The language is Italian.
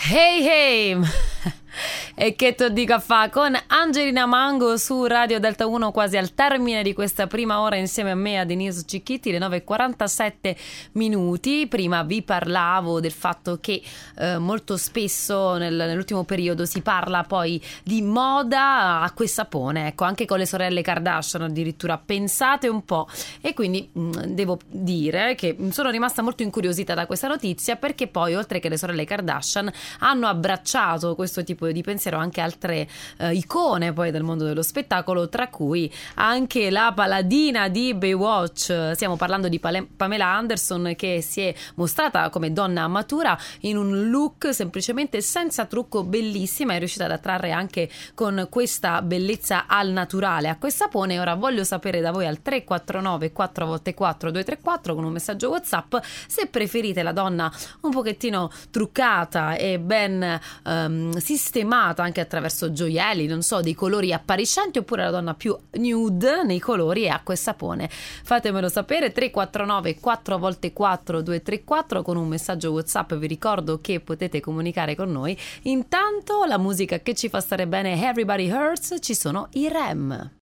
Hey hey! E che to dica fa con Angelina Mango su Radio Delta 1, quasi al termine di questa prima ora insieme a me, a Denise Cicchitti, le 9:47 minuti. Prima vi parlavo del fatto che molto spesso nell'ultimo periodo si parla poi di moda acqua e sapone, ecco, anche con le sorelle Kardashian addirittura, pensate un po'. E quindi devo dire che sono rimasta molto incuriosita da questa notizia, perché poi oltre che le sorelle Kardashian hanno abbracciato questo tipo di pensiero anche altre icone poi del mondo dello spettacolo, tra cui anche la paladina di Baywatch. Stiamo parlando di Pamela Anderson, che si è mostrata come donna matura in un look semplicemente senza trucco, bellissima, è riuscita ad attrarre anche con questa bellezza al naturale acqua e sapone. Ora voglio sapere da voi al 349 4x4 234 con un messaggio WhatsApp se preferite la donna un pochettino truccata e ben sistemata anche attraverso gioielli, non so, dei colori appariscenti, oppure la donna più nude nei colori e acqua e sapone. Fatemelo sapere, 349 4x4 234 con un messaggio WhatsApp. Vi ricordo che potete comunicare con noi. Intanto la musica che ci fa stare bene, Everybody Hurts, ci sono i REM.